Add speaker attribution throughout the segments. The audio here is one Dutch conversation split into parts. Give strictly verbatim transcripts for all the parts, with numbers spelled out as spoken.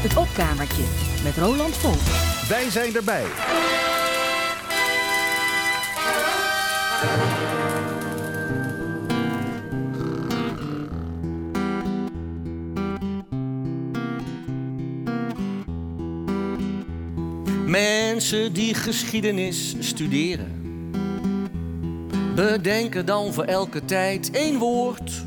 Speaker 1: Het opkamertje met Roland Volk.
Speaker 2: Wij zijn erbij.
Speaker 3: Mensen die geschiedenis studeren, bedenken dan voor elke tijd één woord.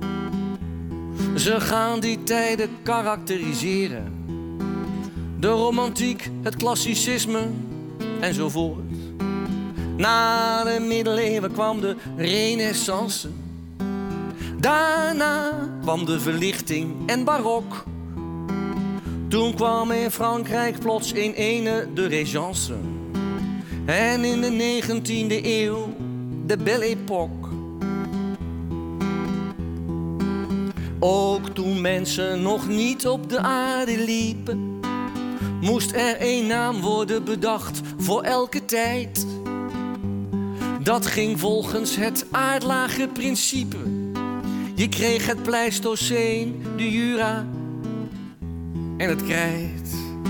Speaker 3: Ze gaan die tijden karakteriseren. De romantiek, het klassicisme enzovoort. Na de middeleeuwen kwam de renaissance. Daarna kwam de verlichting en barok. Toen kwam in Frankrijk plots in ene de Régence. En in de negentiende eeuw de Belle Époque. Ook toen mensen nog niet op de aarde liepen, moest er één naam worden bedacht voor elke tijd. Dat ging volgens het aardlagerprincipe. Je kreeg het Pleistoceen, de Jura en het krijt.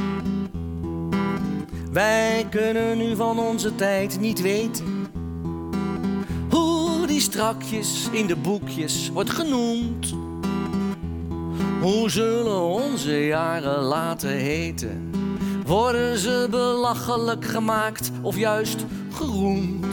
Speaker 3: Wij kunnen nu van onze tijd niet weten hoe die strakjes in de boekjes wordt genoemd. Hoe zullen onze jaren later heten? Worden ze belachelijk gemaakt of juist geroemd?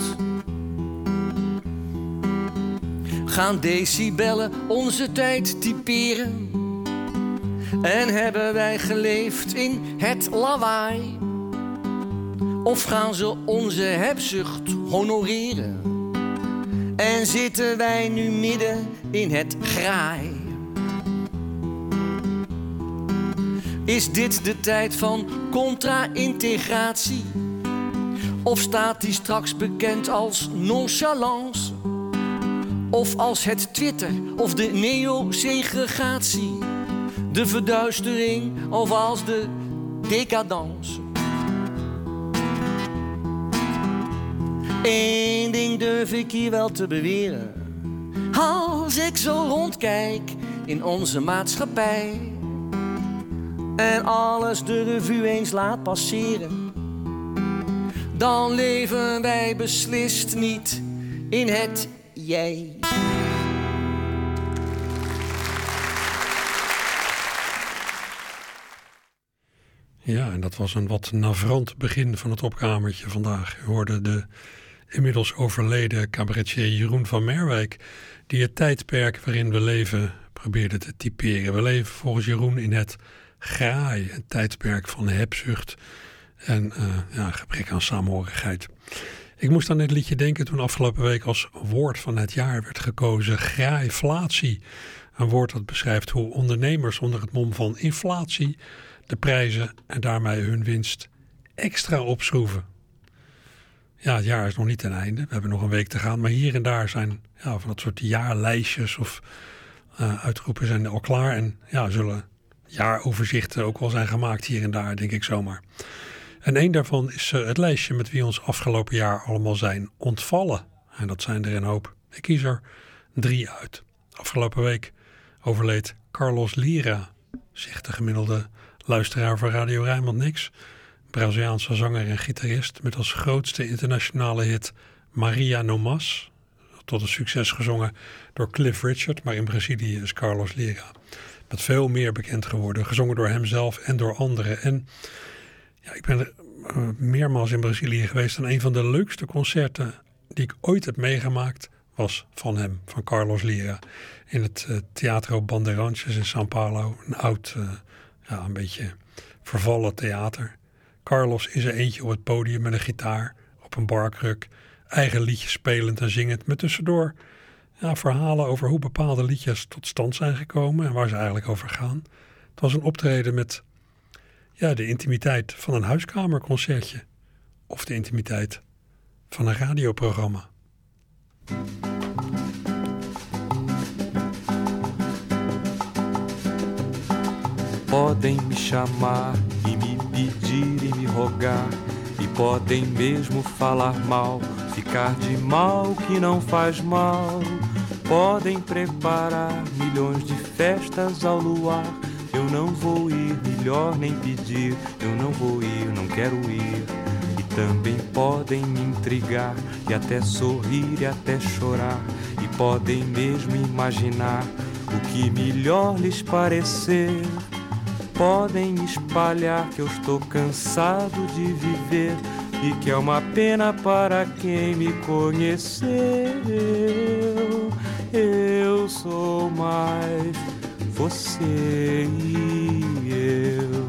Speaker 3: Gaan decibellen onze tijd typeren? En hebben wij geleefd in het lawaai? Of gaan ze onze hebzucht honoreren? En zitten wij nu midden in het graai? Is dit de tijd van contra-integratie? Of staat die straks bekend als nonchalance? Of als het Twitter of de neo-segregatie? De verduistering of als de decadence? Eén ding durf ik hier wel te beweren. Als ik zo rondkijk in onze maatschappij en alles de revue eens laat passeren, dan leven wij beslist niet in het jij.
Speaker 4: Ja, en dat was een wat navrant begin van het opkamertje vandaag. U hoorde de inmiddels overleden cabaretier Jeroen van Merwijk, die het tijdperk waarin we leven probeerde te typeren. We leven volgens Jeroen in het graai, een tijdperk van hebzucht en uh, ja, gebrek aan saamhorigheid. Ik moest aan dit liedje denken toen afgelopen week als woord van het jaar werd gekozen graaiflatie. Een woord dat beschrijft hoe ondernemers onder het mom van inflatie de prijzen en daarmee hun winst extra opschroeven. Ja, het jaar is nog niet ten einde. We hebben nog een week te gaan. Maar hier en daar zijn ja, van dat soort jaarlijstjes of uh, uitroepen zijn al klaar. En ja, zullen jaaroverzichten ook wel zijn gemaakt hier en daar, denk ik zomaar. En één daarvan is uh, het lijstje met wie ons afgelopen jaar allemaal zijn ontvallen. En dat zijn er een hoop. Ik kies er drie uit. Afgelopen week overleed Carlos Lyra, zegt de gemiddelde luisteraar van Radio Rijnmond niks. Braziliaanse zanger en gitarist met als grootste internationale hit Maria No Mas. Tot een succes gezongen door Cliff Richard, maar in Brazilië is Carlos Lyra met veel meer bekend geworden. Gezongen door hemzelf en door anderen. En ja, ik ben er uh, meermaals in Brazilië geweest en een van de leukste concerten die ik ooit heb meegemaakt was van hem, van Carlos Lyra. In het uh, Teatro Bandeirantes in São Paulo. Een oud, uh, ja, een beetje vervallen theater. Carlos in zijn eentje op het podium met een gitaar, op een barkruk, eigen liedjes spelend en zingend, met tussendoor ja, verhalen over hoe bepaalde liedjes tot stand zijn gekomen en waar ze eigenlijk over gaan. Het was een optreden met ja, de intimiteit van een huiskamerconcertje of de intimiteit van een radioprogramma.
Speaker 5: Podem me chamar e me pedir e me rogar, e podem mesmo falar mal, ficar de mal que não faz mal. Podem preparar milhões de festas ao luar, eu não vou ir, melhor nem pedir. Eu não vou ir, não quero ir. E também podem me intrigar, e até sorrir e até chorar. E podem mesmo imaginar o que melhor lhes parecer. Podem espalhar que eu estou cansado de viver e que é uma pena para quem me conheceu. Eu sou mais você e eu.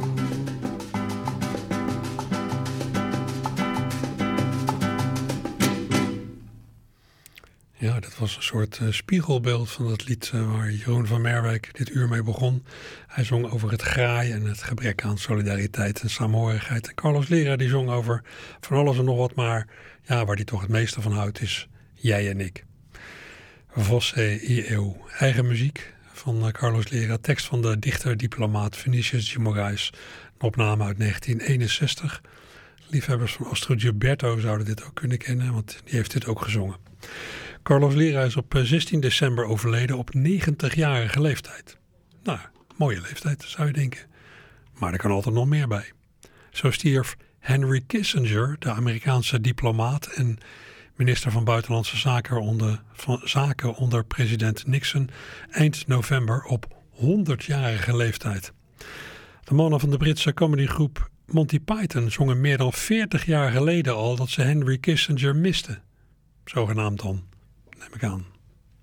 Speaker 4: Ja, dat was een soort uh, spiegelbeeld van het lied uh, waar Jeroen van Merwijk dit uur mee begon. Hij zong over het graaien en het gebrek aan solidariteit en saamhorigheid. En Carlos Lera die zong over van alles en nog wat, maar ja, waar hij toch het meeste van houdt is jij en ik. Vosse y eu. Eigen muziek van uh, Carlos Lera. Tekst van de dichter-diplomaat Vinicius de Moraes. Een opname uit negentien eenenzestig. Liefhebbers van Astro Gilberto zouden dit ook kunnen kennen, want die heeft dit ook gezongen. Carlos Lera is op zestien december overleden op negentigjarige leeftijd. Nou, mooie leeftijd zou je denken. Maar er kan altijd nog meer bij. Zo stierf Henry Kissinger, de Amerikaanse diplomaat en minister van Buitenlandse Zaken onder, van Zaken onder president Nixon, eind november op honderdjarige leeftijd. De mannen van de Britse comedygroep Monty Python zongen meer dan veertig jaar geleden al dat ze Henry Kissinger misten. Zogenaamd dan, neem ik aan.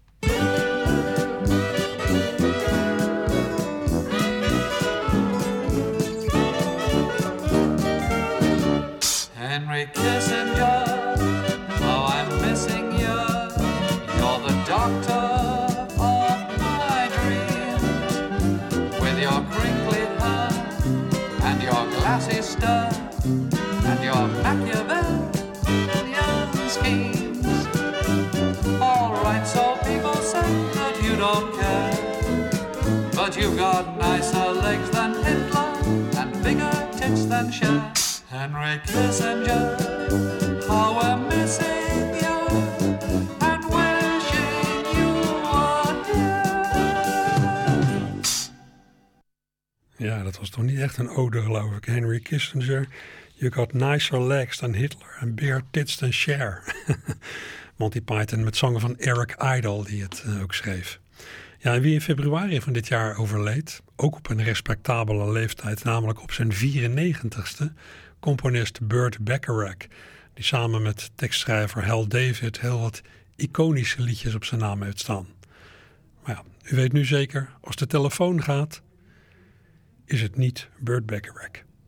Speaker 2: Henry Kissinger, oh I'm missing you. You're the doctor of my dreams. With your crinkly hair and your glassy stare and your Machiavellian schemes. All right, so people say that you don't care, but you've got nicer legs than Hitler and bigger tits than Cher. Henry Kissinger, how we're missing you and wishing you were here.
Speaker 4: Ja, dat was toch niet echt een ode, geloof ik. Henry Kissinger, you got nicer legs than Hitler and bigger tits than Cher. Monty Python met zangen van Eric Idle, die het uh, ook schreef. Ja, en wie in februari van dit jaar overleed, ook op een respectabele leeftijd, namelijk op zijn vierennegentigste, componist Burt Bacharach, die samen met tekstschrijver Hal David heel wat iconische liedjes op zijn naam heeft staan. Maar ja, u weet nu zeker, als de telefoon gaat, is het niet Burt Bacharach.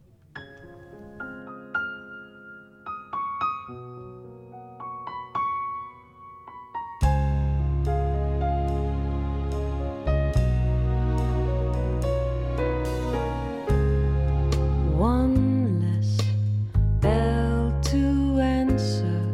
Speaker 6: One less bell to answer,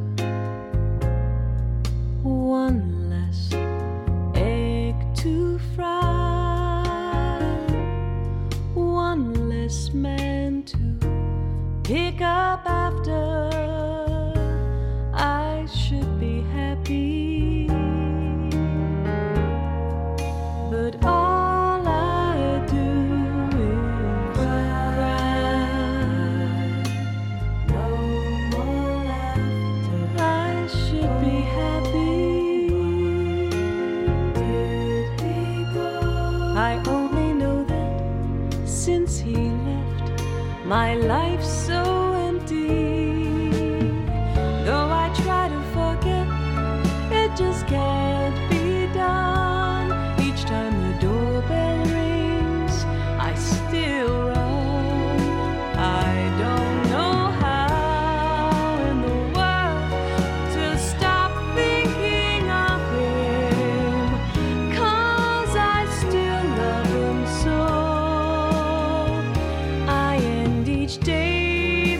Speaker 6: one less egg to fry, one less man to pick up after. I should be happy, but all I do is cry. No more laughter. I should be happy. Did he go? I only know that since he left, my life's so empty. Though I try to forget, it just can't be done. Each time the doorbell rings, I still run. I don't know how in the world to stop thinking of him, 'cause I still love him so. I end each day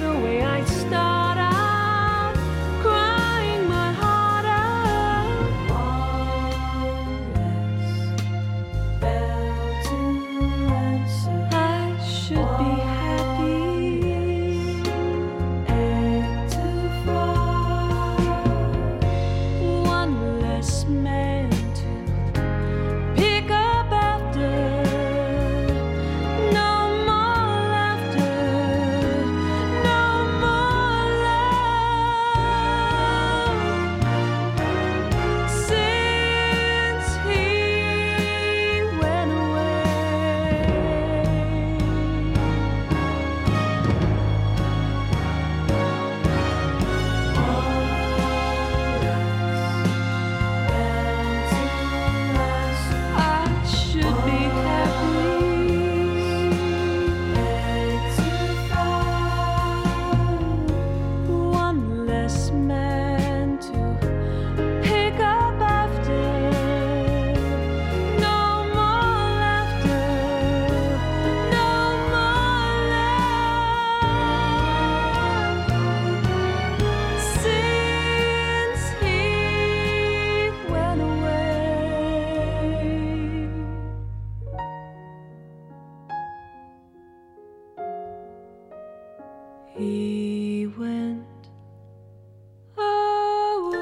Speaker 6: he went away.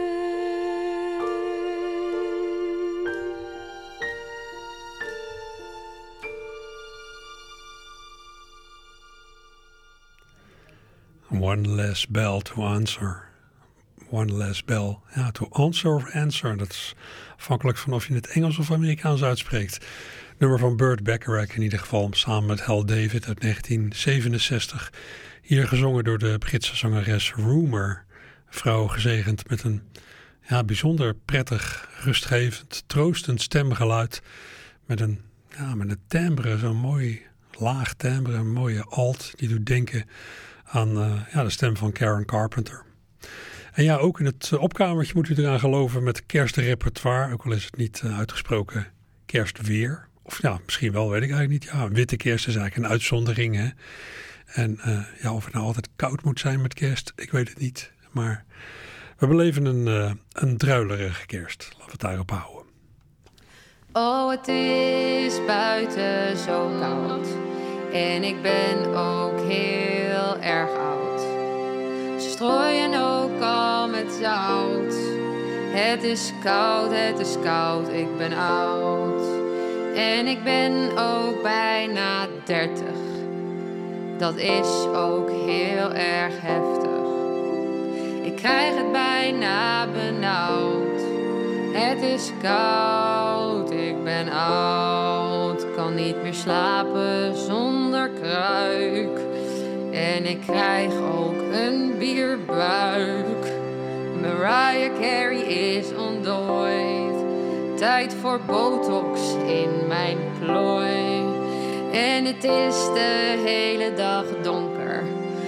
Speaker 4: One less bell to answer. One less bell. Ja, to answer of answer. Dat is afhankelijk van of je het Engels of Amerikaans uitspreekt. Nummer van Burt Bacharach in ieder geval, samen met Hal David uit negentien zevenenzestig. Hier gezongen door de Britse zangeres Rumour. Vrouw gezegend met een ja, bijzonder prettig, rustgevend, troostend stemgeluid. Met een, ja, met een timbre, zo'n mooi laag timbre, een mooie alt. Die doet denken aan uh, ja, de stem van Karen Carpenter. En ja, ook in het opkamertje moet u eraan geloven met kerstrepertoire. Ook al is het niet uh, uitgesproken kerstweer. Of ja, misschien wel, weet ik eigenlijk niet. Ja, een witte kerst is eigenlijk een uitzondering. Hè? En uh, ja, of het nou altijd koud moet zijn met kerst, ik weet het niet. Maar we beleven een, uh, een druilerige kerst. Laten we het daarop houden.
Speaker 7: Oh, het is buiten zo koud. En ik ben ook heel erg oud. Ze strooien ook al met zout. Het is koud, het is koud, ik ben oud. En ik ben ook bijna dertig. Dat is ook heel erg heftig. Ik krijg het bijna benauwd. Het is koud, ik ben oud. Kan niet meer slapen zonder kruik. En ik krijg ook een bierbuik. Mariah Carey is ontdooid. Tijd voor botox in mijn plooi. En het is de hele dag donker.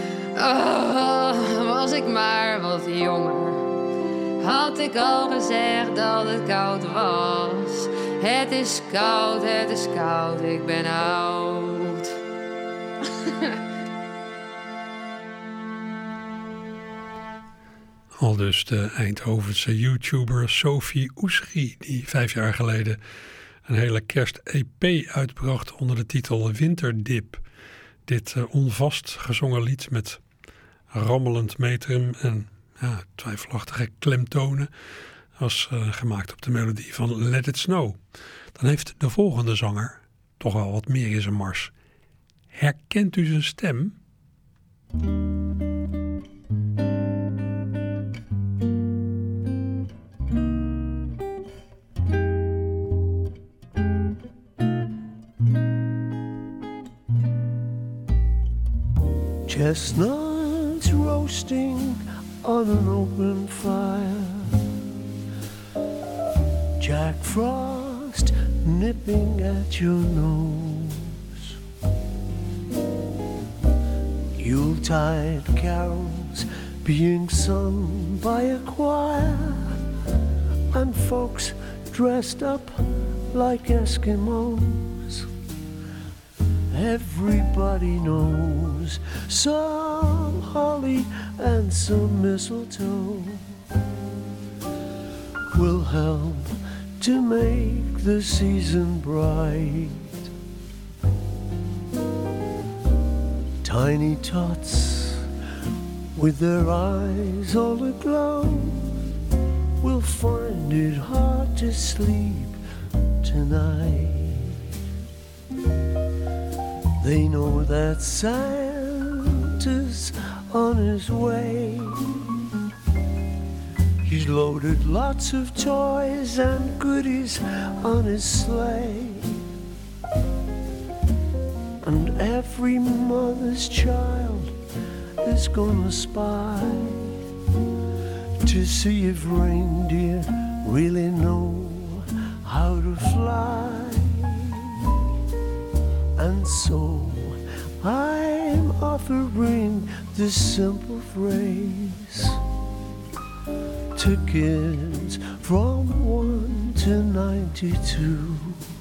Speaker 7: Oh, was ik maar wat jonger. Had ik al gezegd dat het koud was. Het is koud, het is koud, ik ben oud.
Speaker 4: Al dus de Eindhovense YouTuber Sophie Oesri, die vijf jaar geleden een hele kerst-E P uitbracht onder de titel Winterdip. Dit uh, onvast gezongen lied met rammelend metrum en ja, twijfelachtige klemtonen was uh, gemaakt op de melodie van Let It Snow. Dan heeft de volgende zanger toch wel wat meer in zijn mars. Herkent u zijn stem?
Speaker 8: Chestnuts roasting on an open fire, Jack Frost nipping at your nose, Yuletide carols being sung by a choir, and folks dressed up like Eskimos. Everybody knows some holly and some mistletoe will help to make the season bright. Tiny tots with their eyes all aglow will find it hard to sleep tonight. They know that Santa's on his way. He's loaded lots of toys and goodies on his sleigh. And every mother's child is gonna spy to see if reindeer really know how to fly. And so I'm offering this simple phrase to kids from one to ninety-two.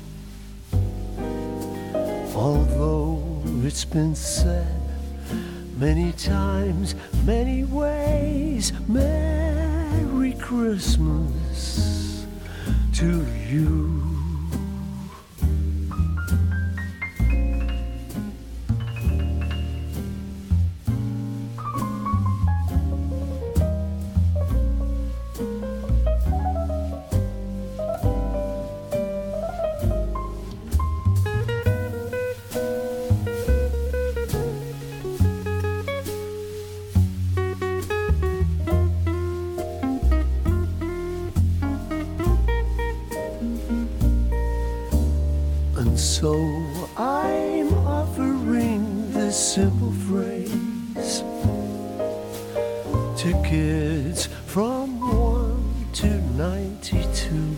Speaker 8: Although it's been said many times, many ways, Merry Christmas to you. I'm offering this simple phrase to kids from one to ninety-two.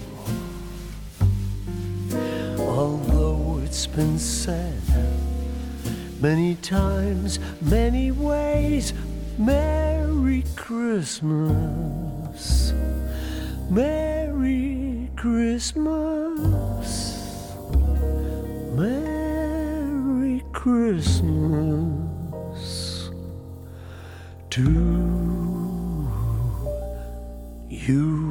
Speaker 8: Although it's been said many times, many ways, Merry Christmas, Merry Christmas, Merry Christmas to you.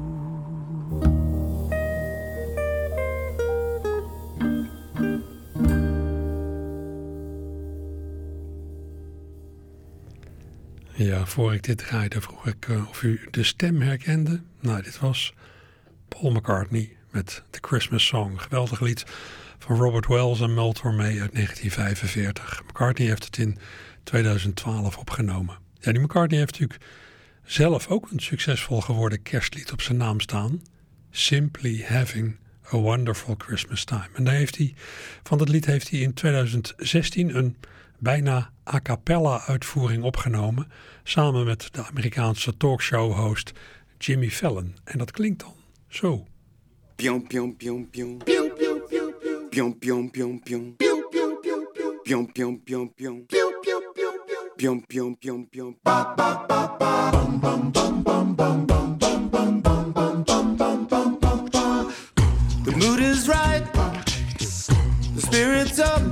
Speaker 4: Ja, voor ik dit draaide vroeg ik uh, of u de stem herkende. Nou, dit was Paul McCartney met The Christmas Song. Geweldig lied van Robert Wells en Mel Tormé uit negentien vijfenveertig. McCartney heeft het in tweeduizend twaalf opgenomen. Ja, die McCartney heeft natuurlijk zelf ook een succesvol geworden kerstlied op zijn naam staan. Simply Having a Wonderful Christmas Time. En daar heeft hij, van dat lied heeft hij in tweeduizend zestien een bijna a cappella uitvoering opgenomen, samen met de Amerikaanse talkshow-host Jimmy Fallon. En dat klinkt dan zo.
Speaker 9: Pion, pion, pion, pion. Pion, pion, pion, pion. Pion, pion, pion, pion. Pion, pion, pion, pion. Pion, pion, pion, pion. Pion, pion, pion, pion. Pion, pion, pion, pion. Ba, ba, ba, ba. Bam, bam, bam, bam, bam, bam, bam, bam, bam, bam, bam, bam, bam, bam, bam. The mood is right. The spirit's up.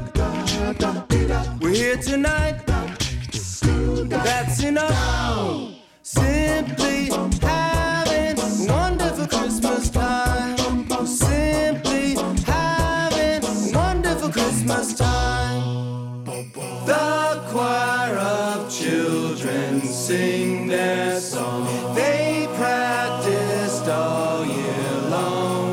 Speaker 9: We're here tonight. That's enough. Simply having a wonderful Christmas time. Simply having a wonderful Christmas time. The choir of children sing their song. They practiced all year long.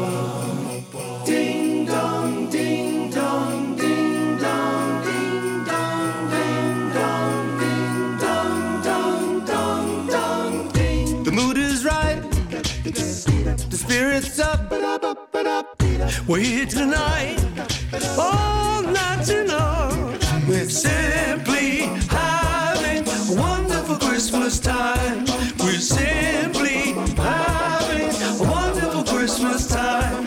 Speaker 9: Ding dong, ding dong, ding dong, ding dong, ding dong, ding dong, dong, dong, dong, ding. The mood is right. The spirit's up. We're here tonight, all night tonight. We're simply having a wonderful Christmas time. We're simply having a wonderful Christmas time.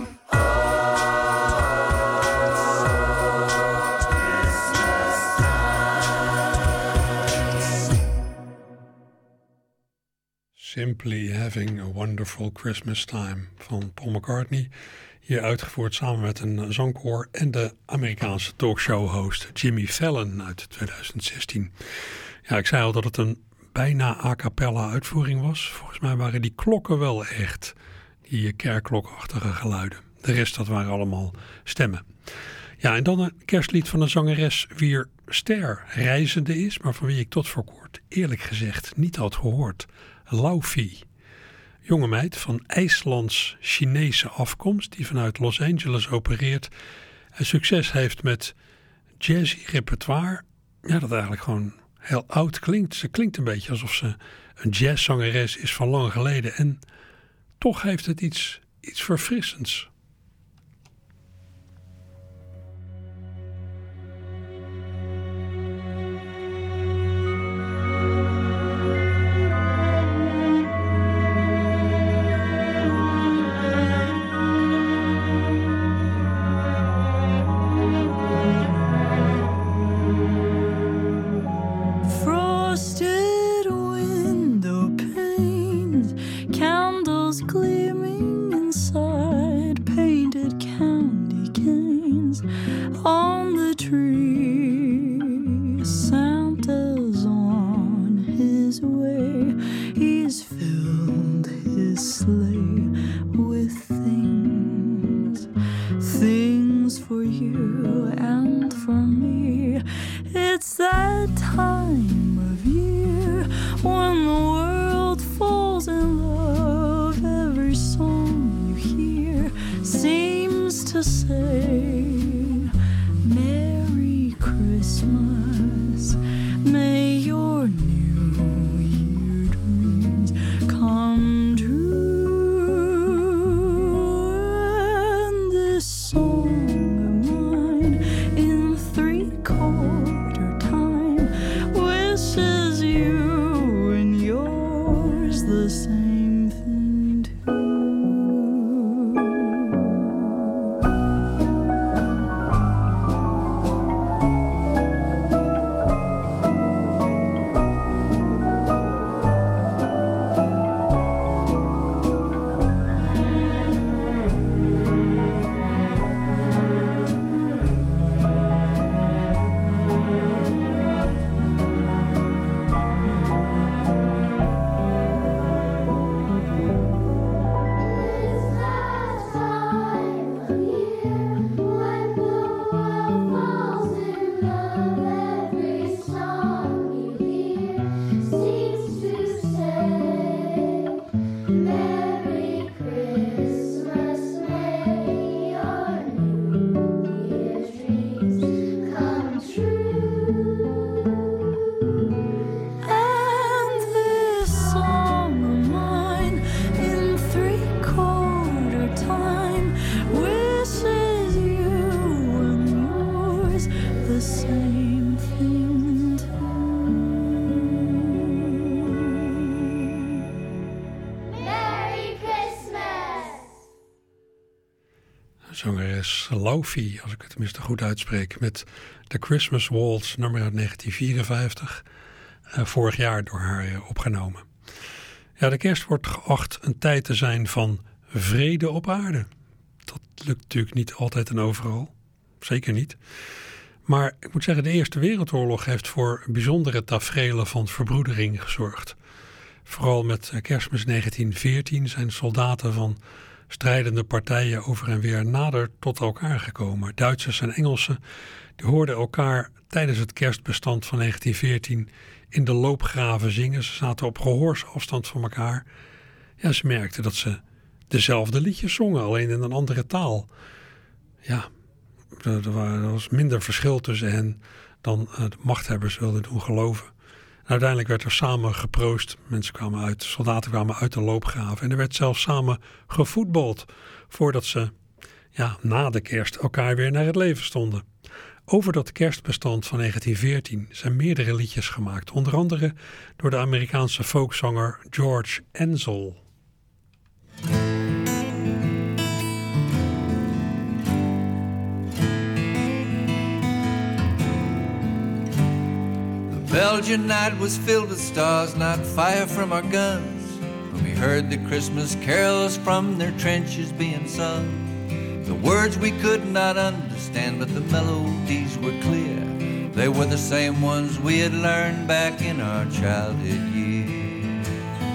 Speaker 4: Simply Having a Wonderful Christmas Time van Paul McCartney. Hier uitgevoerd samen met een zangkoor en de Amerikaanse talkshow-host Jimmy Fallon uit tweeduizend zestien. Ja, ik zei al dat het een bijna a cappella uitvoering was. Volgens mij waren die klokken wel echt, die kerkklokachtige geluiden. De rest, dat waren allemaal stemmen. Ja, en dan een kerstlied van een zangeres wier ster reizende is, maar van wie ik tot voor kort eerlijk gezegd niet had gehoord. Laufey. Jonge meid van IJslands-Chinese afkomst die vanuit Los Angeles opereert en succes heeft met jazzy repertoire. Ja, dat eigenlijk gewoon heel oud klinkt. Ze klinkt een beetje alsof ze een jazzzangeres is van lang geleden en toch heeft het iets, iets verfrissends.
Speaker 10: Song of mine
Speaker 6: does the same thing too.
Speaker 10: Merry Christmas!
Speaker 4: Zangeres Laufey, als ik het tenminste goed uitspreek, met The Christmas Waltz, nummer uit negentien vierenvijftig, uh, vorig jaar door haar uh, opgenomen. Ja, de kerst wordt geacht een tijd te zijn van vrede op aarde. Dat lukt natuurlijk niet altijd en overal. Zeker niet. Maar ik moet zeggen, de Eerste Wereldoorlog heeft voor bijzondere taferelen van verbroedering gezorgd. Vooral met Kerstmis negentien veertien zijn soldaten van strijdende partijen over en weer nader tot elkaar gekomen. Duitsers en Engelsen die hoorden elkaar tijdens het kerstbestand van negentien veertien in de loopgraven zingen. Ze zaten op gehoorsafstand van elkaar. Ja, ze merkten dat ze dezelfde liedjes zongen, alleen in een andere taal. Ja, er was minder verschil tussen hen dan de machthebbers wilden doen geloven. En uiteindelijk werd er samen geproost. Mensen kwamen uit, soldaten kwamen uit de loopgraven. En er werd zelfs samen gevoetbald voordat ze ja, na de kerst elkaar weer naar het leven stonden. Over dat kerstbestand van negentien veertien zijn meerdere liedjes gemaakt. Onder andere door de Amerikaanse folkzanger George Enzel.
Speaker 11: Belgian night was filled with stars, not fire from our guns. When we heard the Christmas carols from their trenches being sung. The words we could not understand, but the melodies were clear. They were the same ones we had learned back in our childhood years.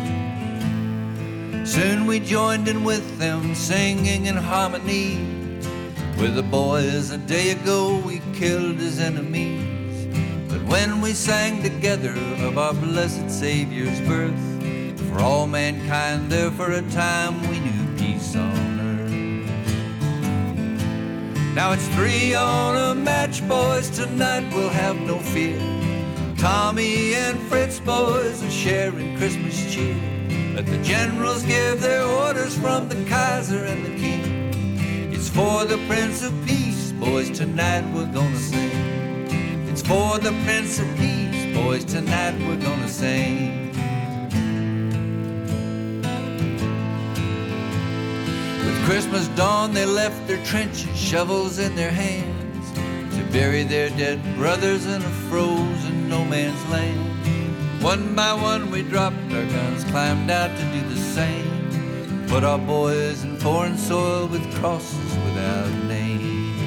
Speaker 11: Soon we joined in with them, singing in harmony. With the boys a day ago we killed his enemies. When we sang together of our blessed Savior's birth, for all mankind there for a time we knew peace on earth. Now it's three on a match, boys, tonight we'll have no fear. Tommy and Fritz, boys, are sharing Christmas cheer. Let the generals give their orders from the Kaiser and the King. It's for the Prince of Peace, boys, tonight we're gonna sing. It's for the Prince of Peace, boys, tonight we're gonna sing. With Christmas dawn they left their trenches, shovels in their hands, to bury their dead brothers in a frozen no man's land. One by one we dropped our guns, climbed out to do the same, put our boys in foreign soil with crosses without names.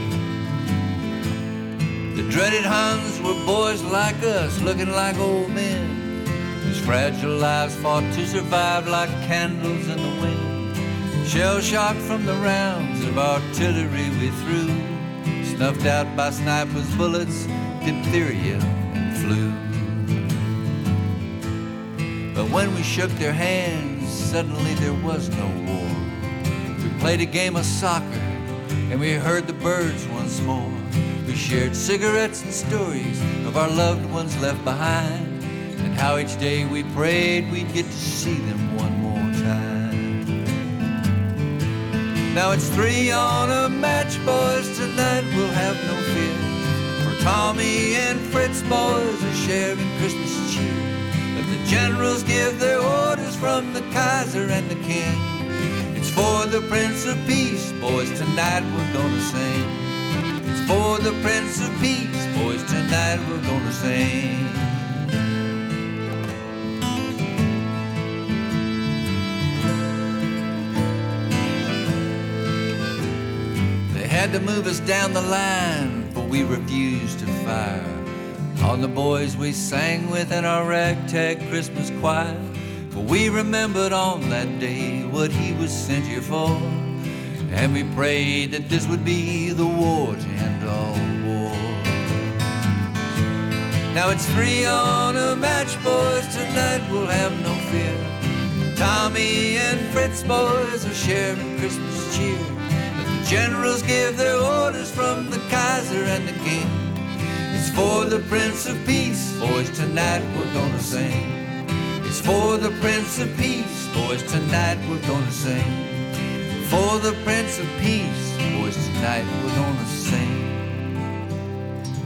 Speaker 11: The dreaded Huns were boys like us, looking like old men, whose fragile lives fought to survive like candles in the wind. Shell-shocked from the rounds of artillery we threw, snuffed out by snipers' bullets, diphtheria and flu. But when we shook their hands, suddenly there was no war. We played a game of soccer, and we heard the birds once more. We shared cigarettes and stories of our loved ones left behind, and how each day we prayed we'd get to see them one more time. Now it's three on a match, boys, tonight we'll have no fear. For Tommy and Fritz, boys, are sharing Christmas cheer. Let the generals give their orders from the Kaiser and the King. It's for the Prince of Peace, boys, tonight we're gonna sing. For the Prince of Peace, boys, tonight we're gonna sing. They had to move us down the line, for we refused to fire on the boys we sang with in our ragtag Christmas choir. For we remembered on that day what he was sent here for, and we prayed that this would be the war to end all war. Now it's three on a match, boys, tonight we'll have no fear. Tommy and Fritz, boys, are sharing Christmas cheer. Let the generals give their orders from the Kaiser and the King. It's for the Prince of Peace, boys, tonight we're gonna sing. It's for the Prince of Peace, boys, tonight we're gonna sing. For the Prince of Peace, boys, tonight we're gonna sing.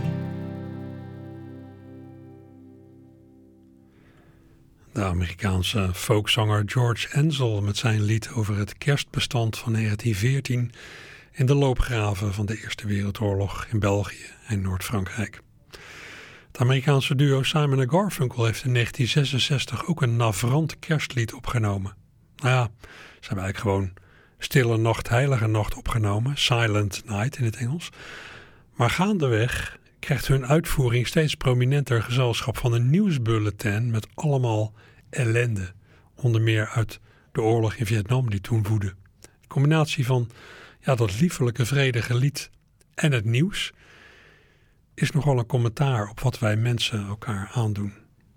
Speaker 4: De Amerikaanse folkzanger George Enzel met zijn lied over het kerstbestand van negentien veertien in de loopgraven van de Eerste Wereldoorlog in België en Noord-Frankrijk. Het Amerikaanse duo Simon en Garfunkel heeft in negentien zesenzestig ook een navrant kerstlied opgenomen. Nou ja, ze hebben eigenlijk gewoon Stille Nacht, Heilige Nacht opgenomen, Silent Night in het Engels. Maar gaandeweg krijgt hun uitvoering steeds prominenter gezelschap van een nieuwsbulletin met allemaal ellende. Onder meer uit de oorlog in Vietnam die toen woedde. De combinatie van ja, dat liefelijke vredige lied en het nieuws is nogal een commentaar op wat wij mensen elkaar aandoen.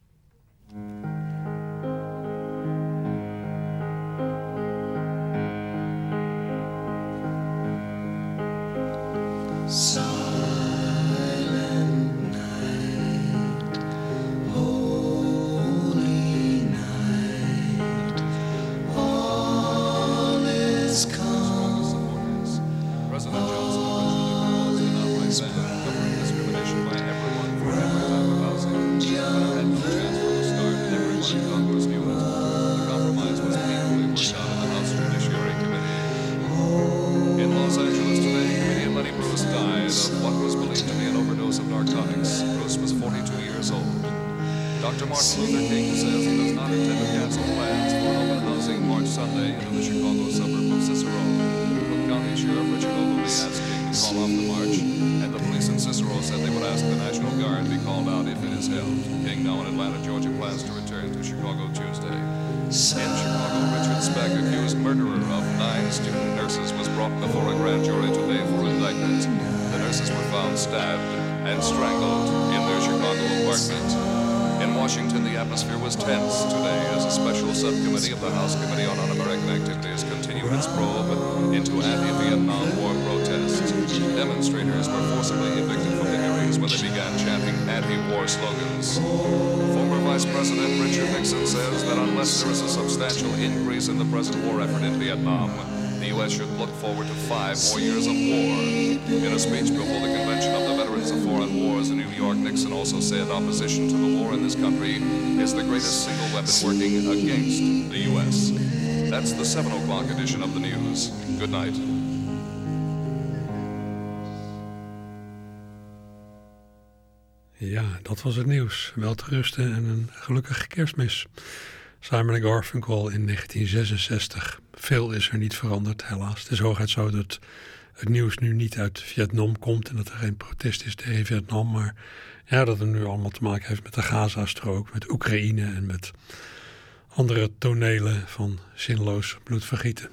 Speaker 12: Silent night, holy night, all is calm.
Speaker 13: President Johnson originally proposed an outright ban covering discrimination by everyone for every type of housing. But it had no chance from the start, and everyone in Congress knew it. The compromise was painfully worked out in the House Judiciary Committee. In Los Angeles today, comedian Lenny Bruce died of what was believed to be an overdose of narcotics. Bruce was forty-two years old. Doctor Martin Luther King says he does not intend to cancel plans for an open housing March Sunday in the Chicago suburb of Cicero. Cook County Sheriff Richard Ogilvie asked King to call off the march, and the police in Cicero said they would ask the National Guard be called out if it is held. King, now in Atlanta, Georgia, plans to return to Chicago Tuesday. In Chicago, Richard Speck, accused murderer of nine student nurses, was brought before a grand jury today for indictment. The nurses were found stabbed and strangled in their Chicago apartment. In Washington, the atmosphere was tense today as a special subcommittee of the House Committee on Un-American Activities continued its probe into anti-Vietnam War protests. Demonstrators were forcibly evicted from the hearings when they began chanting anti-war slogans. Former Vice President Richard Nixon says that unless there is a substantial increase in the present war effort in Vietnam, the U S should look forward to five more years of war. In a speech before the Convention of the Veterans of Foreign Wars in New York, Nixon also said opposition to the war in this country is the greatest single weapon working against the U S. That's the seven o'clock edition of the news. Good night.
Speaker 4: Ja, dat was het nieuws. Wel te rusten en een gelukkige kerstmis. Simon en Garfunkel in negentien zesenzestig. Veel is er niet veranderd, helaas. Het is hooguit zo dat het nieuws nu niet uit Vietnam komt en dat er geen protest is tegen Vietnam, maar ja, dat het nu allemaal te maken heeft met de Gaza-strook, met Oekraïne en met andere tonelen van zinloos bloedvergieten.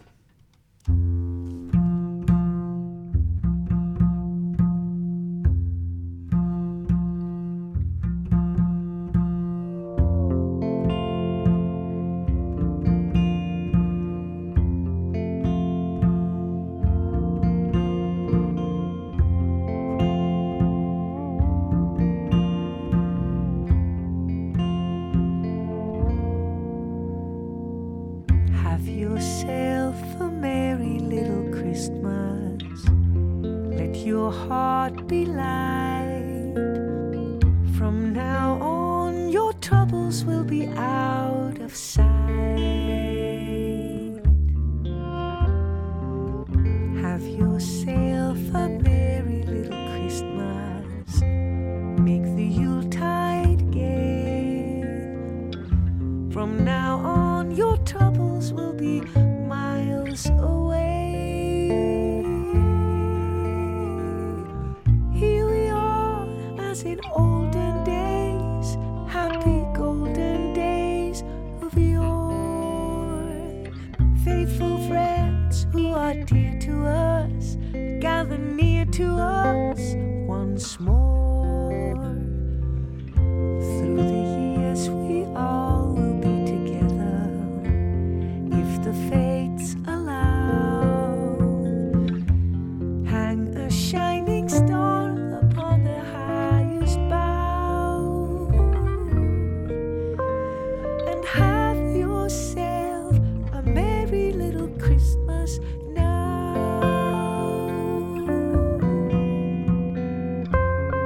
Speaker 8: Now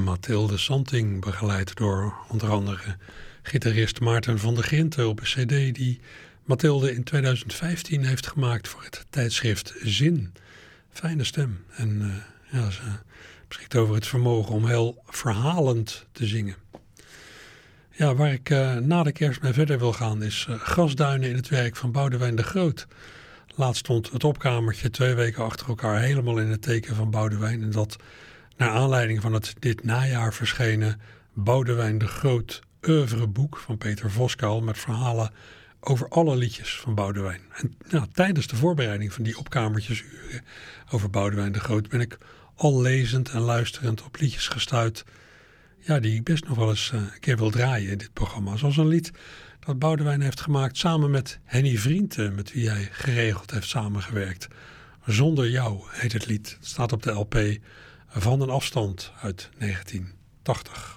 Speaker 4: Mathilde Santing, begeleid door onder andere gitarist Maarten van der Grinten op een cd die Mathilde in tweeduizend vijftien heeft gemaakt voor het tijdschrift Zin. Fijne stem en uh, ja, ze beschikt over het vermogen om heel verhalend te zingen. Ja, waar ik uh, na de kerst mee verder wil gaan is uh, Grasduinen in het werk van Boudewijn de Groot. Laatst stond het opkamertje twee weken achter elkaar helemaal in het teken van Boudewijn. En dat naar aanleiding van het dit najaar verschenen Boudewijn de Groot oeuvreboek van Peter Voskuil met verhalen over alle liedjes van Boudewijn. En nou, tijdens de voorbereiding van die opkamertjesuren over Boudewijn de Groot ben ik al lezend en luisterend op liedjes gestuit, ja, die ik best nog wel eens uh, een keer wil draaien in dit programma. Zoals een lied dat Boudewijn heeft gemaakt samen met Henny Vrienden, met wie hij geregeld heeft samengewerkt. Zonder jou heet het lied. Het staat op de L P Van een Afstand uit negentien tachtig.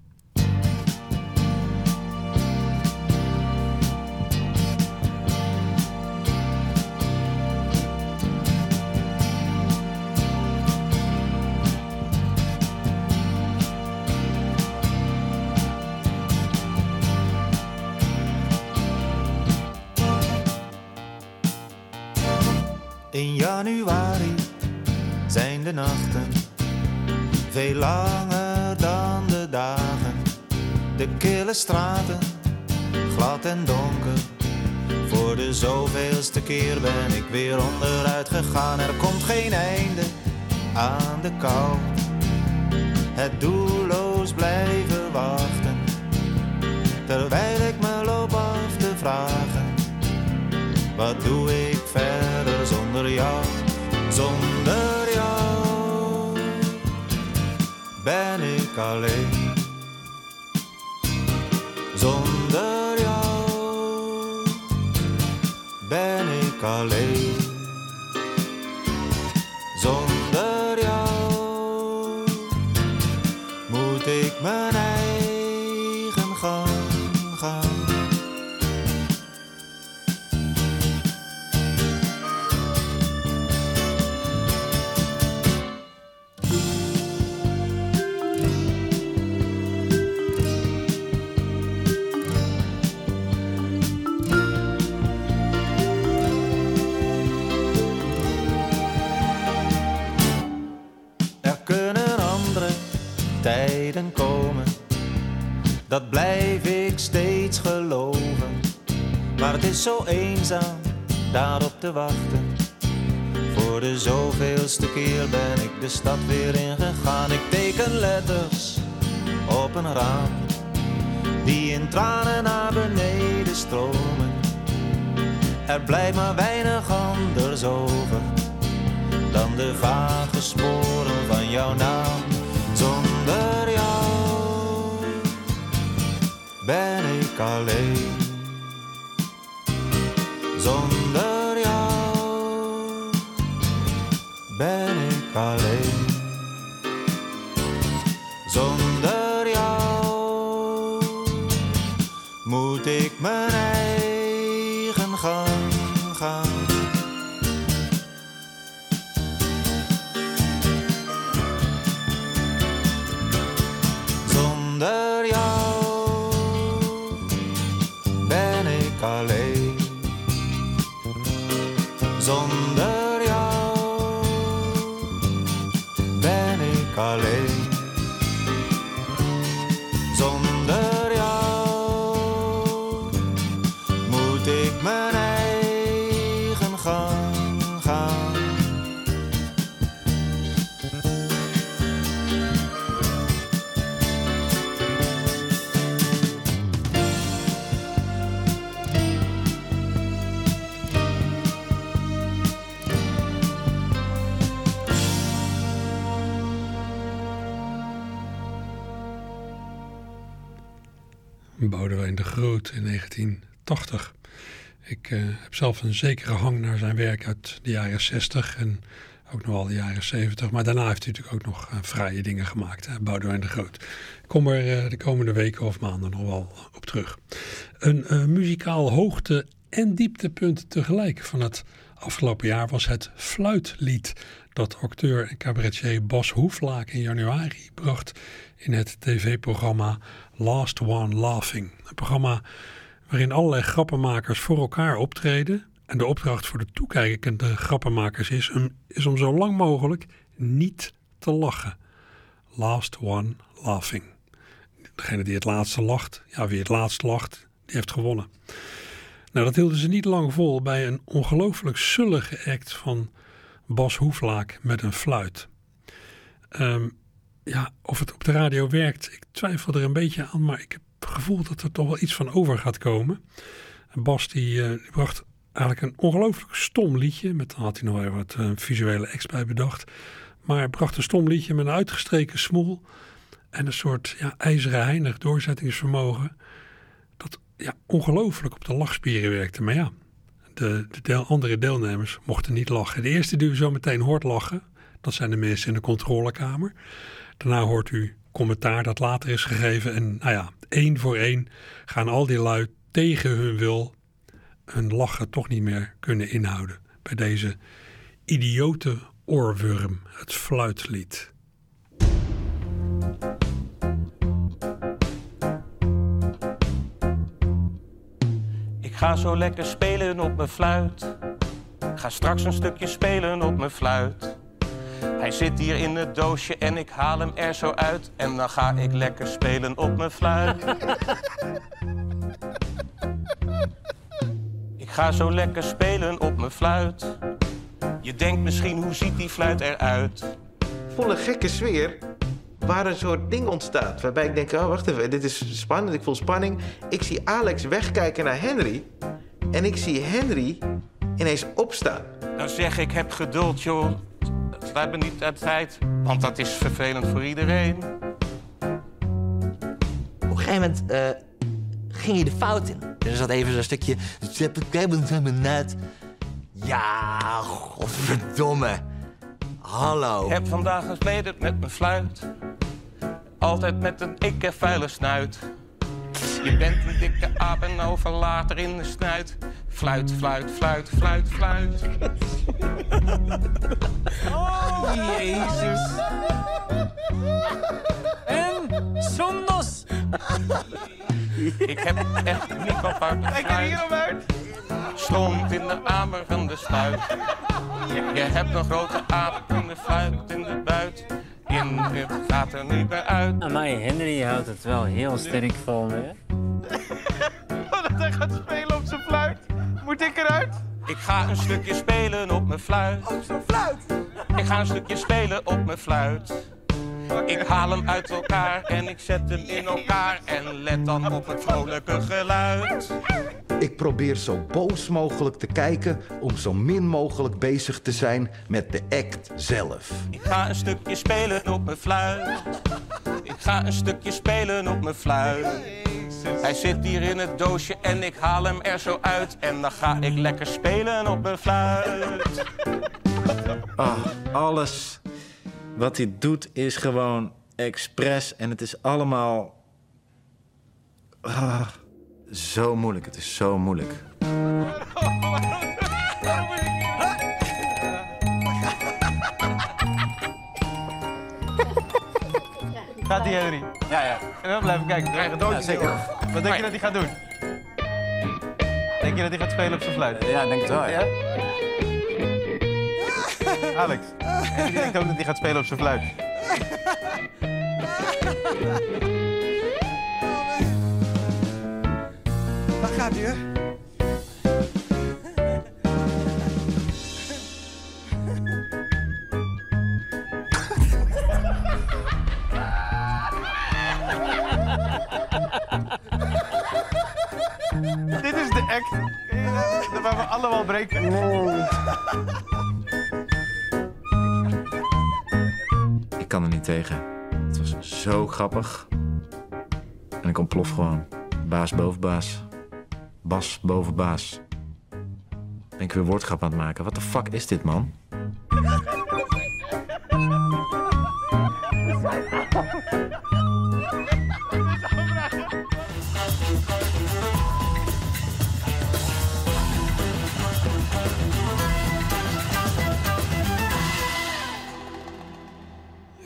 Speaker 14: In januari zijn de nachten veel langer dan de dagen. De kille straten, glad en donker. Voor de zoveelste keer ben ik weer onderuit gegaan. Er komt geen einde aan de kou. Het doelloos blijven wachten, terwijl ik me loop af te vragen: wat doe ik verder zonder jou? Zonder jou ben ik alleen. Zonder jou ben ik alleen. Zonder jou moet ik mijn eigen gang gaan. Tijden komen, dat blijf ik steeds geloven. Maar het is zo eenzaam daarop te wachten. Voor de zoveelste keer ben ik de stad weer ingegaan. Ik teken letters op een raam die in tranen naar beneden stromen. Er blijft maar weinig anders over dan de vage sporen van jouw naam. Zonder jou ben ik alleen. Zonder jou ben ik alleen. Zonder jou moet ik mijn eigen gang gaan. Zonder jou ben ik alleen. Zonder jou ben ik alleen. Zonder jou moet ik mijn eigen gang gaan.
Speaker 4: Boudewijn de Groot in negentien tachtig. Ik uh, heb zelf een zekere hang naar zijn werk uit de jaren zestig en ook nog wel de jaren zeventig. Maar daarna heeft hij natuurlijk ook nog uh, fraaie dingen gemaakt, hè? Boudewijn de Groot. Ik kom er uh, de komende weken of maanden nog wel op terug. Een uh, muzikaal hoogte- en dieptepunt tegelijk van het Afgelopen jaar was het Fluitlied dat acteur en cabaretier Bas Hoeflaak in januari bracht in het tv-programma Last One Laughing. Een programma waarin allerlei grappenmakers voor elkaar optreden. En de opdracht voor de toekijkende grappenmakers is, um, is om zo lang mogelijk niet te lachen. Last One Laughing. Degene die het laatste lacht, ja, wie het laatst lacht, die heeft gewonnen. Nou, dat hielden ze niet lang vol bij een ongelooflijk zullige act van Bas Hoeflaak met een fluit. Um, ja, of het op de radio werkt, ik twijfel er een beetje aan, maar ik heb het gevoel dat er toch wel iets van over gaat komen. En Bas die, uh, die bracht eigenlijk een ongelooflijk stom liedje, met dan had hij nog even wat uh, visuele acts bij bedacht. Maar hij bracht een stom liedje met een uitgestreken smoel en een soort ja, ijzeren heinig doorzettingsvermogen. Dat ja, ongelooflijk op de lachspieren werkte. Maar ja, de, de deel, andere deelnemers mochten niet lachen. De eerste die u zo meteen hoort lachen, dat zijn de mensen in de controlekamer. Daarna hoort u commentaar dat later is gegeven. En nou ja, één voor één gaan al die lui tegen hun wil hun lachen toch niet meer kunnen inhouden. Bij deze idiote oorworm, het Fluitlied.
Speaker 15: Ik ga zo lekker spelen op mijn fluit. Ga straks een stukje spelen op mijn fluit. Hij zit hier in het doosje en ik haal hem er zo uit. En dan ga ik lekker spelen op mijn fluit. Ik ga zo lekker spelen op mijn fluit. Je denkt misschien, hoe ziet die fluit eruit?
Speaker 16: Volle gekke sfeer waar een soort ding ontstaat. Waarbij ik denk, oh wacht even, dit is spannend, ik voel spanning. Ik zie Alex wegkijken naar Henry. En ik zie Henry ineens opstaan.
Speaker 15: Dan zeg ik, heb geduld joh. Sluit me niet uit tijd, want dat is vervelend voor iedereen.
Speaker 17: Op een gegeven moment uh, ging je de fout in. Er zat even zo'n stukje... net. Ja, godverdomme. Hallo.
Speaker 15: Ik heb vandaag gespeeld met mijn fluit. Altijd met een dikke vuile snuit. Je bent een dikke aap en over later in de snuit. Fluit, fluit, fluit, fluit, fluit.
Speaker 18: Oh, Jezus. En zondos.
Speaker 15: Ik heb echt niet wat uit de
Speaker 16: Kijk er hierom uit.
Speaker 15: Stroomt in de amerende spuit. Je hebt een grote aap in de fluit, in de buit. In het gaat er niet meer uit.
Speaker 18: Nou, maar Henry houdt het wel heel sterk vol, hè?
Speaker 16: Dat hij gaat spelen op zijn fluit. Moet ik eruit?
Speaker 15: Ik ga een stukje spelen op mijn fluit.
Speaker 16: Op zijn fluit?
Speaker 15: Ik ga een stukje spelen op mijn fluit. Ik haal hem uit elkaar en ik zet hem in elkaar. En let dan op het vrolijke geluid.
Speaker 19: Ik probeer zo boos mogelijk te kijken om zo min mogelijk bezig te zijn met de act zelf.
Speaker 15: Ik ga een stukje spelen op mijn fluit. Ik ga een stukje spelen op mijn fluit. Hij zit hier in het doosje en ik haal hem er zo uit. En dan ga ik lekker spelen op mijn fluit.
Speaker 16: Ah, alles wat hij doet is gewoon expres. En het is allemaal... Ah, zo moeilijk. Het is zo moeilijk.
Speaker 20: Gaat die, Henry?
Speaker 15: Ja, ja.
Speaker 20: En dan blijven kijken. Krijg een doodje.
Speaker 15: Ja, zeker.
Speaker 20: Wat denk je dat hij gaat doen? Denk je dat hij gaat spelen op zijn fluit?
Speaker 15: Ja, denk het wel, ja.
Speaker 20: Alex, Henry denkt ook dat hij gaat spelen op zijn fluit.
Speaker 21: Waar gaat hij, hè?
Speaker 20: Dit is de act waar we allemaal breken.
Speaker 16: Ik kan er niet tegen. Het was zo grappig. En ik ontplof gewoon. Baas boven baas. Bas boven baas. Ben ik weer woordgrap aan het maken. Wat de fuck is dit, man?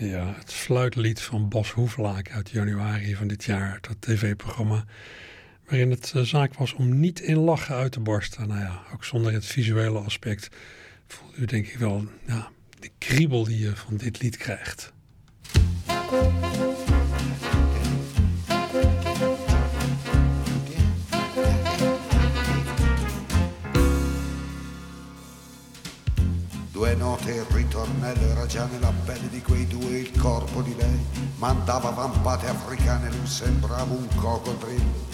Speaker 4: Ja, het fluitlied van Bas Hoeflaak uit januari van dit jaar. Dat tv-programma waarin het uh, zaak was om niet in lachen uit te barsten. Nou ja, ook zonder het visuele aspect voelt u denk ik wel ja, de kriebel die je van dit lied krijgt.
Speaker 21: Due note il ritornello era già nella pelle di quei due il corpo di lei mandava vampate africane, lui sembrava un coccodrillo.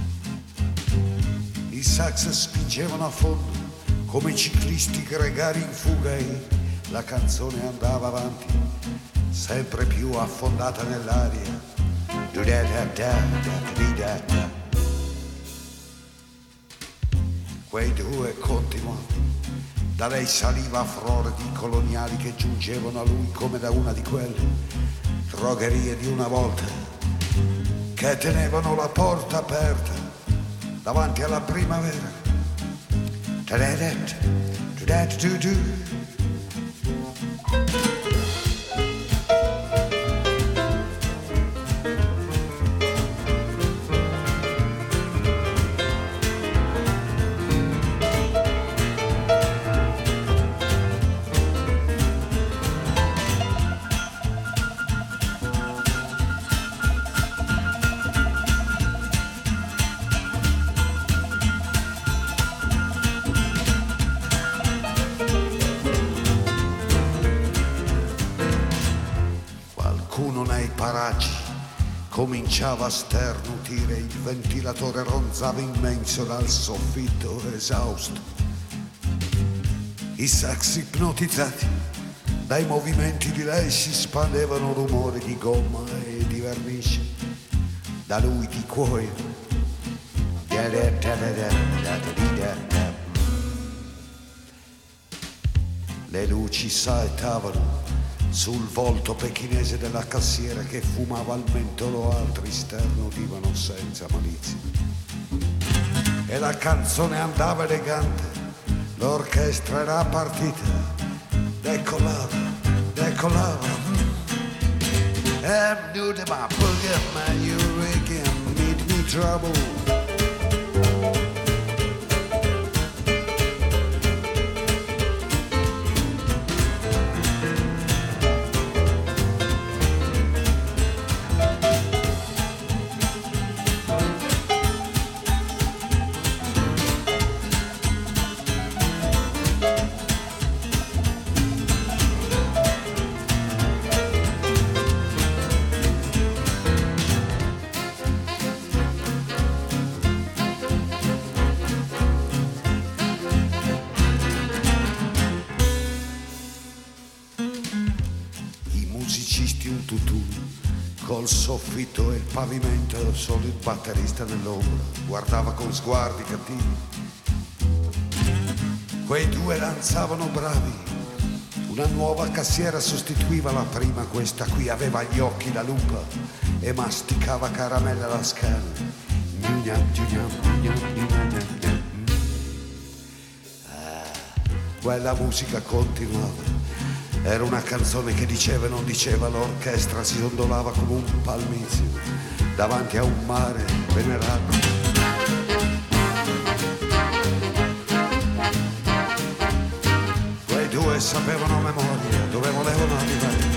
Speaker 21: I sax spingevano a fondo come ciclisti gregari in fuga e la canzone andava avanti sempre più affondata nell'aria. Quei due continuavano. Da lei saliva a frore di coloniali che giungevano a lui come da una di quelle drogherie di una volta che tenevano la porta aperta davanti alla primavera. Cominciava a sternutire, il ventilatore ronzava immenso dal soffitto esausto. I sax ipnotizzati dai movimenti di lei si spandevano rumori di gomma e di vernice, da lui di cuoio. Le luci saettavano sul volto pechinese della cassiera che fumava al mentolo, altri sternutivano senza malizia. E la canzone andava elegante, l'orchestra era partita, decollava, decollava. I'm new to my boogie, man, you again need me trouble. Soffitto e il pavimento, solo il batterista nell'ombra guardava con sguardi cattivi. Quei due danzavano bravi, una nuova cassiera sostituiva la prima, questa qui aveva gli occhi da lupa e masticava caramelle alla scala. Ah, quella musica continuava. Era una canzone che diceva e non diceva, l'orchestra si ondolava come un palmizio davanti a un mare venerato. Quei due sapevano a memoria dove volevano arrivare.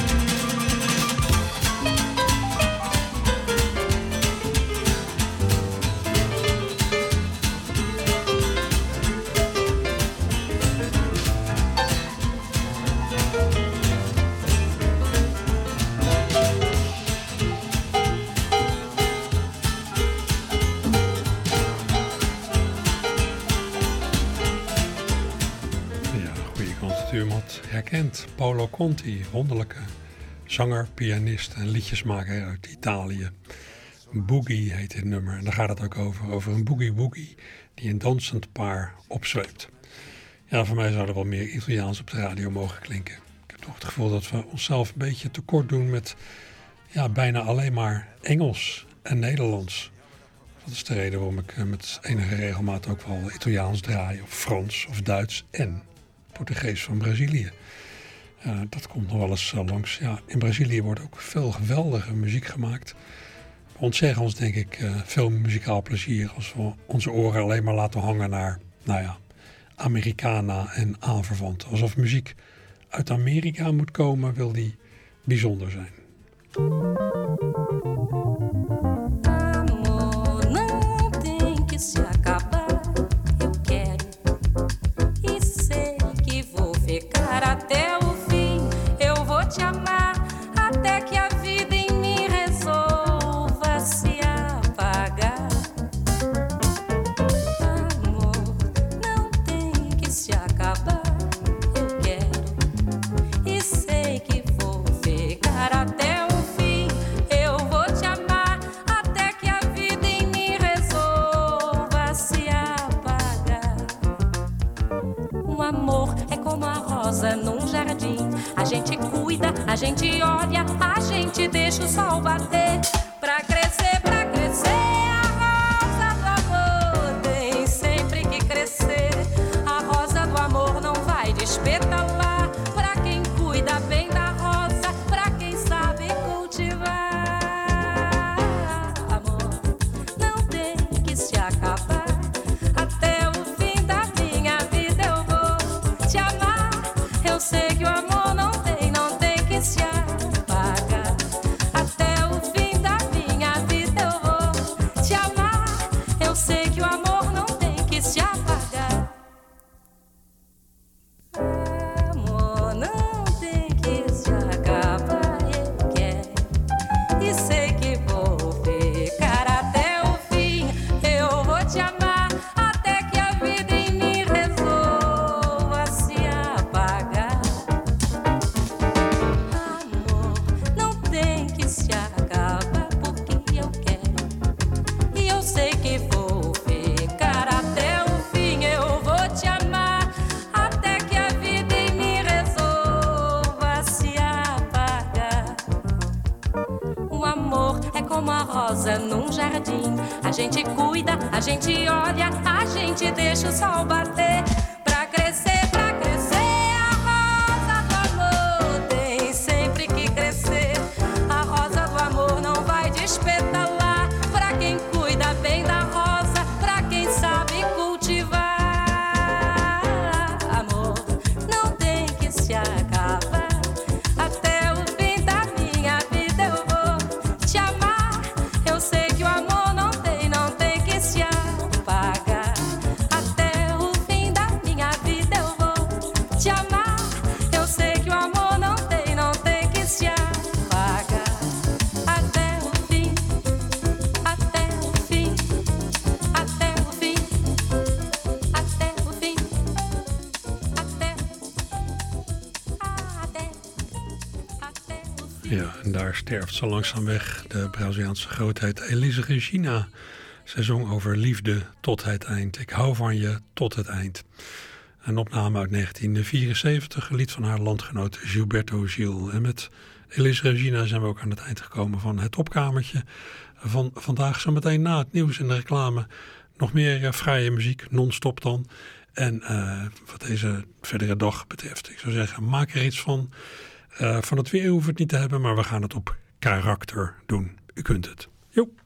Speaker 4: Herkent Paolo Conti, wonderlijke zanger, pianist en liedjesmaker uit Italië. Boogie heet dit nummer en daar gaat het ook over. Over een boogie-woogie die een dansend paar opzweept. Ja, voor mij zou er wel meer Italiaans op de radio mogen klinken. Ik heb toch het gevoel dat we onszelf een beetje tekort doen met ja, bijna alleen maar Engels en Nederlands. Dat is de reden waarom ik met enige regelmaat ook wel Italiaans draai, of Frans of Duits en Portugees van Brazilië. Uh, dat komt nog wel eens uh, langs. Ja, in Brazilië wordt ook veel geweldige muziek gemaakt. We ontzeggen ons denk ik uh, veel muzikaal plezier als we onze oren alleen maar laten hangen naar, nou ja, Americana en aanverwanten. Alsof muziek uit Amerika moet komen, wil die bijzonder zijn.
Speaker 1: Amor, não tem que se acabar. Eu quero e sei que vou ficar até o fim. Eu vou te amar até que a vida em mim resolva se apagar. Amor, não tem que se acabar. Eu quero e sei que vou ficar até o fim. Eu vou te amar até que a vida em mim resolva se apagar. O amor é como a rosa num jardim. A gente cuida, a gente olha, a gente deixa o sol bater. Pra crescer, pra crescer, a rosa do amor tem sempre que crescer. A rosa do amor não vai despetalar. Pra quem cuida bem da rosa, pra quem sabe cultivar. Amor, não tem que se acabar. Até o fim da minha vida eu vou te amar. Eu sei que o amor não tem, não tem que se apagar. Até o fim da minha vida eu vou te amar. Eu sei que o amor não tem que se apagar. Amor, não tem que se acabar. Eu quero e sei que vou ficar até o fim. Eu vou te amar até que a vida em mim resolva se apagar. Amor, não tem que se acabar porque eu quero e eu sei que vou ficar até o fim. Eu vou te amar até que a vida em mim resolva se apagar. O amor é como a rosa num jardim. A gente cuida, a gente olha, a gente deixa o sol bater. Pra crescer, pra crescer, a rosa do amor tem sempre que crescer. A rosa do amor não vai despetalar. Pra quem cuida bem da rosa, pra quem sabe cultivar. Amor, não tem que se acabar. Até o fim da minha vida eu vou te amar. Eu sei que o amor não tem, não tem que se apagar. Até o fim da minha vida eu vou te amar. Eu sei que o amor não tem, não tem que se apagar. Até o fim, até o fim, até o fim, até o fim, até, até, até o fim.
Speaker 4: Ja, en daar sterft zo langzaam weg de Braziliaanse grootheid Elis Regina. Zij zong over liefde tot het eind. Ik hou van je tot het eind. Een opname uit negentien vierenzeventig, een lied van haar landgenoot Gilberto Gil. En met Elis Regina zijn we ook aan het eind gekomen van het opkamertje van vandaag. Zometeen na het nieuws en de reclame nog meer uh, vrije muziek, non-stop dan. En uh, wat deze verdere dag betreft, ik zou zeggen, maak er iets van. Uh, van het weer hoeven we het niet te hebben, maar we gaan het op karakter doen. U kunt het. Joep.